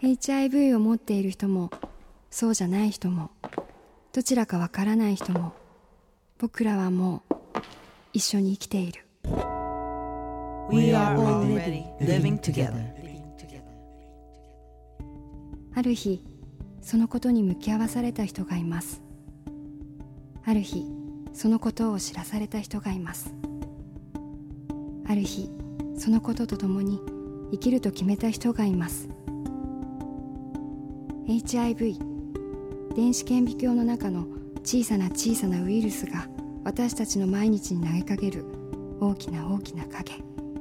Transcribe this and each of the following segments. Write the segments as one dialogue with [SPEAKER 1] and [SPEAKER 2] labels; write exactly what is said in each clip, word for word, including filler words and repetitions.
[SPEAKER 1] エイチアイブイ を持っている人もそうじゃない人もどちらかわからない人も僕らはもう一緒に生きている。
[SPEAKER 2] We are already living together.
[SPEAKER 1] ある日そのことに向き合わされた人がいます。ある日そのことを知らされた人がいます。ある日そのことと共に生きると決めた人がいます。 エイチアイブイ 電子顕微鏡の中の小さな小さなウイルスが私たちの毎日に投げかける大きな大きな影。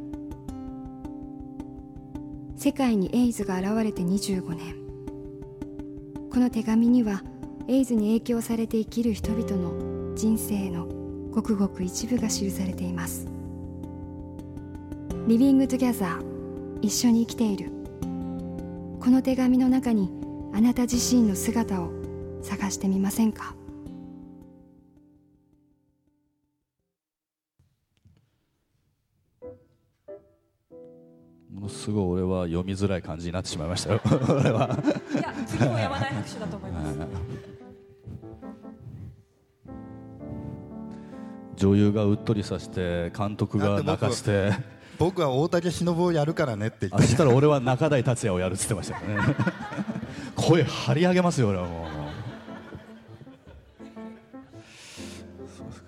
[SPEAKER 1] 世界にエイズが現れてにじゅうごねん。この手紙にはエイズに影響されて生きる人々の人生のごくごく一部が記されています。リビングトゥギャザー、一緒に生きている。この手紙の中にあなた自身の姿を探してみませんか。
[SPEAKER 3] ものすごい俺は読みづらい感じになってしまいましたよ俺はい
[SPEAKER 4] や次もやまない拍手だと思います
[SPEAKER 3] 女優がうっとりさせて監督が泣かして
[SPEAKER 5] 僕は大竹しのぶをやるからねって言って、
[SPEAKER 3] そしたら俺は中台達也をやるって言ってましたよね声張り上げますよ俺はもう。そうですか。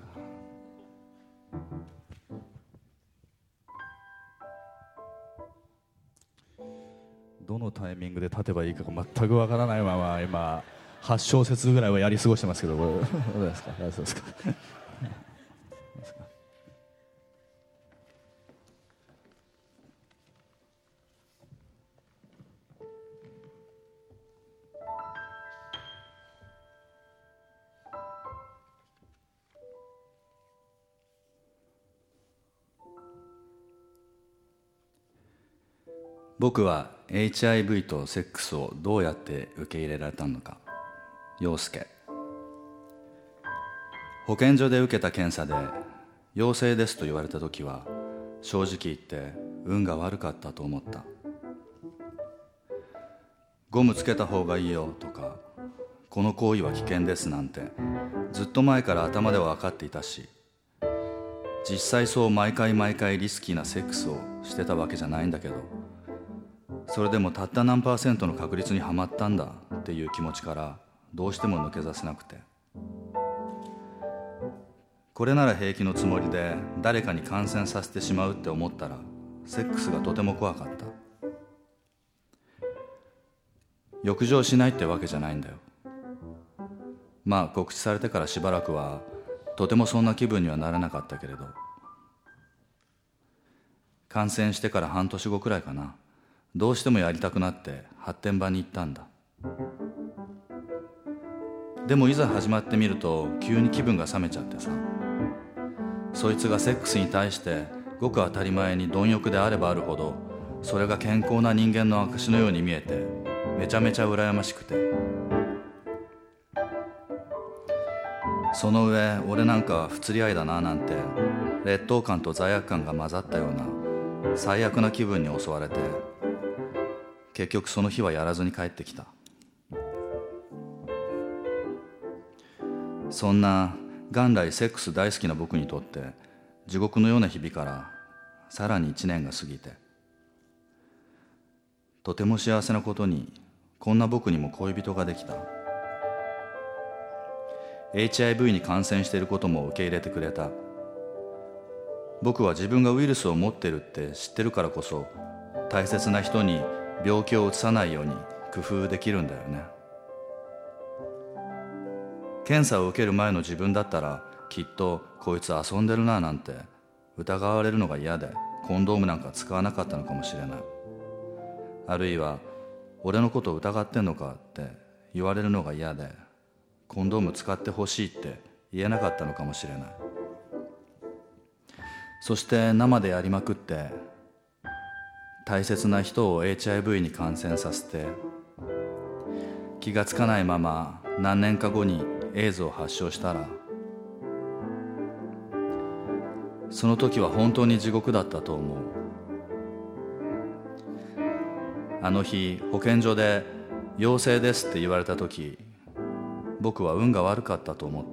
[SPEAKER 3] どのタイミングで立てばいいかが全くわからないまま今はち小節ぐらいはやり過ごしてますけど、これどうですか。そうですか
[SPEAKER 6] 僕は エイチアイブイ とセックスをどうやって受け入れられたのか。陽介。保健所で受けた検査で陽性ですと言われた時は正直言って運が悪かったと思った。ゴムつけた方がいいよとかこの行為は危険ですなんてずっと前から頭では分かっていたし、実際そう毎回毎回リスキーなセックスをしてたわけじゃないんだけど、それでもたった何パーセントの確率にはまったんだっていう気持ちからどうしても抜け出せなくて、これなら平気のつもりで誰かに感染させてしまうって思ったらセックスがとても怖かった。欲情しないってわけじゃないんだよ。まあ告知されてからしばらくはとてもそんな気分にはならなかったけれど、感染してから半年後くらいかな、どうしてもやりたくなって発展場に行ったんだ。でもいざ始まってみると急に気分が冷めちゃってさ、そいつがセックスに対してごく当たり前に貪欲であればあるほどそれが健康な人間の証のように見えてめちゃめちゃ羨ましくて、その上俺なんか不釣り合いだななんて劣等感と罪悪感が混ざったような最悪な気分に襲われて、結局その日はやらずに帰ってきた。そんな元来セックス大好きな僕にとって地獄のような日々からさらにいちねんが過ぎて、とても幸せなことにこんな僕にも恋人ができた。 エイチアイブイ に感染していることも受け入れてくれた。僕は自分がウイルスを持ってるって知ってるからこそ大切な人に病気をうつさないように工夫できるんだよね。検査を受ける前の自分だったらきっとこいつ遊んでるななんて疑われるのが嫌でコンドームなんか使わなかったのかもしれない。あるいは俺のこと疑ってんのかって言われるのが嫌でコンドーム使ってほしいって言えなかったのかもしれない。そして生でやりまくって大切な人を エイチアイブイ に感染させて、気がつかないまま何年か後にエイズを発症したら、その時は本当に地獄だったと思う。 あの日保健所で陽性ですって言われた時、僕は運が悪かったと思った。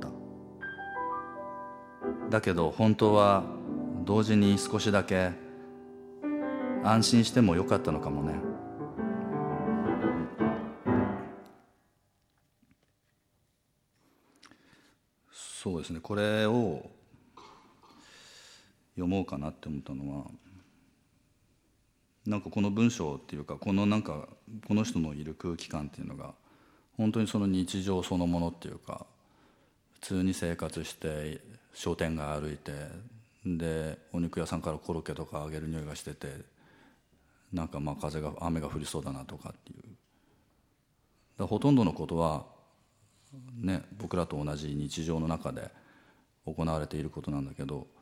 [SPEAKER 6] だけど本当は同時に少しだけ安心してもよかったのかもね。そうですね、これを読もうかなって思ったのは、なんかこの文章っていうか、このなんかこの人のいる空気感っていうのが本当にその日常そのものっていうか、普通に生活して商店街歩いて、でお肉屋さんからコロッケとか揚げる匂いがしてて、なんかまあ風が雨が降りそうだなとかっていう、だからほとんどのことはね、僕らと同じ日常の中で行われていることなんだけど、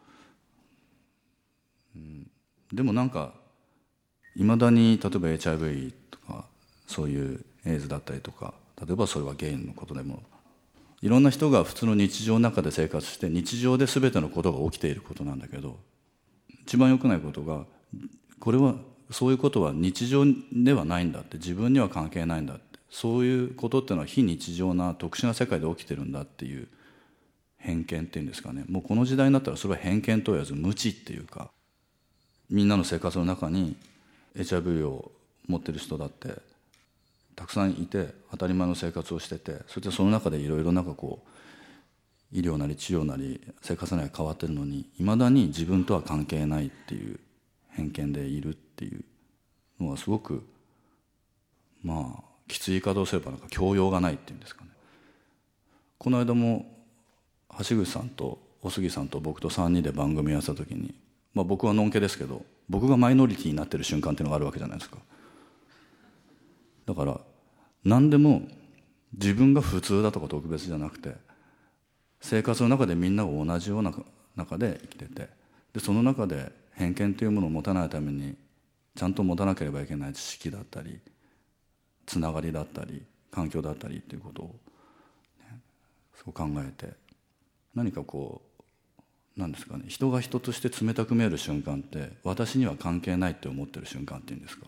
[SPEAKER 6] うん、でもなんかいまだに例えば エイチアイブイ とかそういうエイズだったりとか、例えばそれはゲイのことでも、いろんな人が普通の日常の中で生活して日常で全てのことが起きていることなんだけど、一番良くないことが、これはそういうことは日常ではないんだって、自分には関係ないんだって、そういうことっていうのは非日常な特殊な世界で起きてるんだっていう偏見っていうんですかね。もうこの時代になったらそれは偏見と言わず無知っていうか、みんなの生活の中に エイチアイブイ を持ってる人だってたくさんいて、当たり前の生活をしてて、そしてその中でいろいろなんかこう医療なり治療なり生活なりが変わってるのに、いまだに自分とは関係ないっていう偏見でいるっていうのはすごくまあきつい言い方をすればなんか教養がないっていうんですかね。この間も橋口さんとお杉さんと僕とさんにんで番組をやった時に、まあ、僕はのんけですけど、僕がマイノリティになってる瞬間っていうのがあるわけじゃないですか。だから何でも自分が普通だとか特別じゃなくて、生活の中でみんなが同じような中で生きてて、でその中で偏見というものを持たないためにちゃんと持たなければいけない知識だったりつながりだったり環境だったりっていうことを、ね、そう考えて、何かこうなんですかね、人が人として冷たく見える瞬間って、私には関係ないって思ってる瞬間っていうんですか。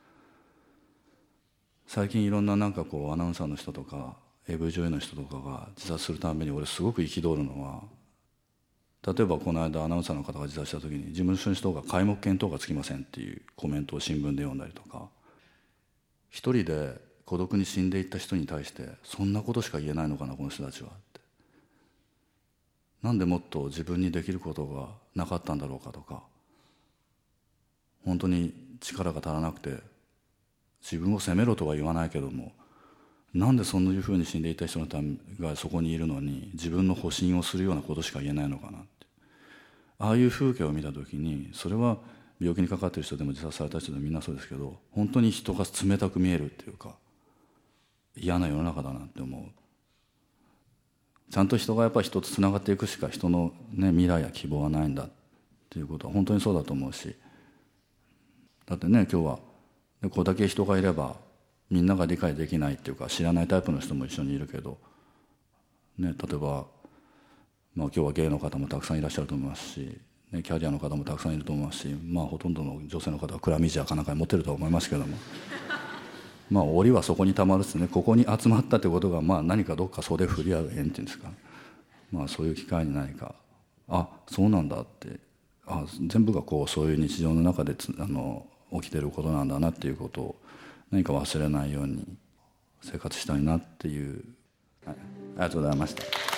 [SPEAKER 6] 最近いろんななんかこうアナウンサーの人とか エーブイ 女優の人とかが自殺するために俺すごく憤るのは、例えばこの間アナウンサーの方が自殺した時に、事務所の人が皆目見当がつきませんっていうコメントを新聞で読んだりとか、一人で孤独に死んでいった人に対してそんなことしか言えないのかなこの人たちはって、なんでもっと自分にできることがなかったんだろうかとか、本当に力が足らなくて自分を責めろとは言わないけども、なんでそんなふうに死んでいた人のためがそこにいるのに自分の保身をするようなことしか言えないのかなって、ああいう風景を見た時に、それは病気にかかっている人でも自殺された人でもみんなそうですけど、本当に人が冷たく見えるっていうか、嫌な世の中だなって思う。ちゃんと人がやっぱり人とつながっていくしか人の、ね、未来や希望はないんだっていうことは本当にそうだと思うし、だってね、今日はこれだけ人がいればみんなが理解できないっていうか、知らないタイプの人も一緒にいるけど、ね、例えば、まあ、今日はゲイの方もたくさんいらっしゃると思いますし、ね、キャリアの方もたくさんいると思いますし、まあ、ほとんどの女性の方はクラミジアかなんかに持ってるとは思いますけどもまあ檻はそこにたまるっすね。ここに集まったということが、まあ、何かどっか袖振り合う縁っていうんですか、まあ、そういう機会に何か、あ、そうなんだって、あ、全部がこうそういう日常の中でつあの起きてることなんだなっていうことを何か忘れないように生活したいなっていう、はい、ありがとうございました。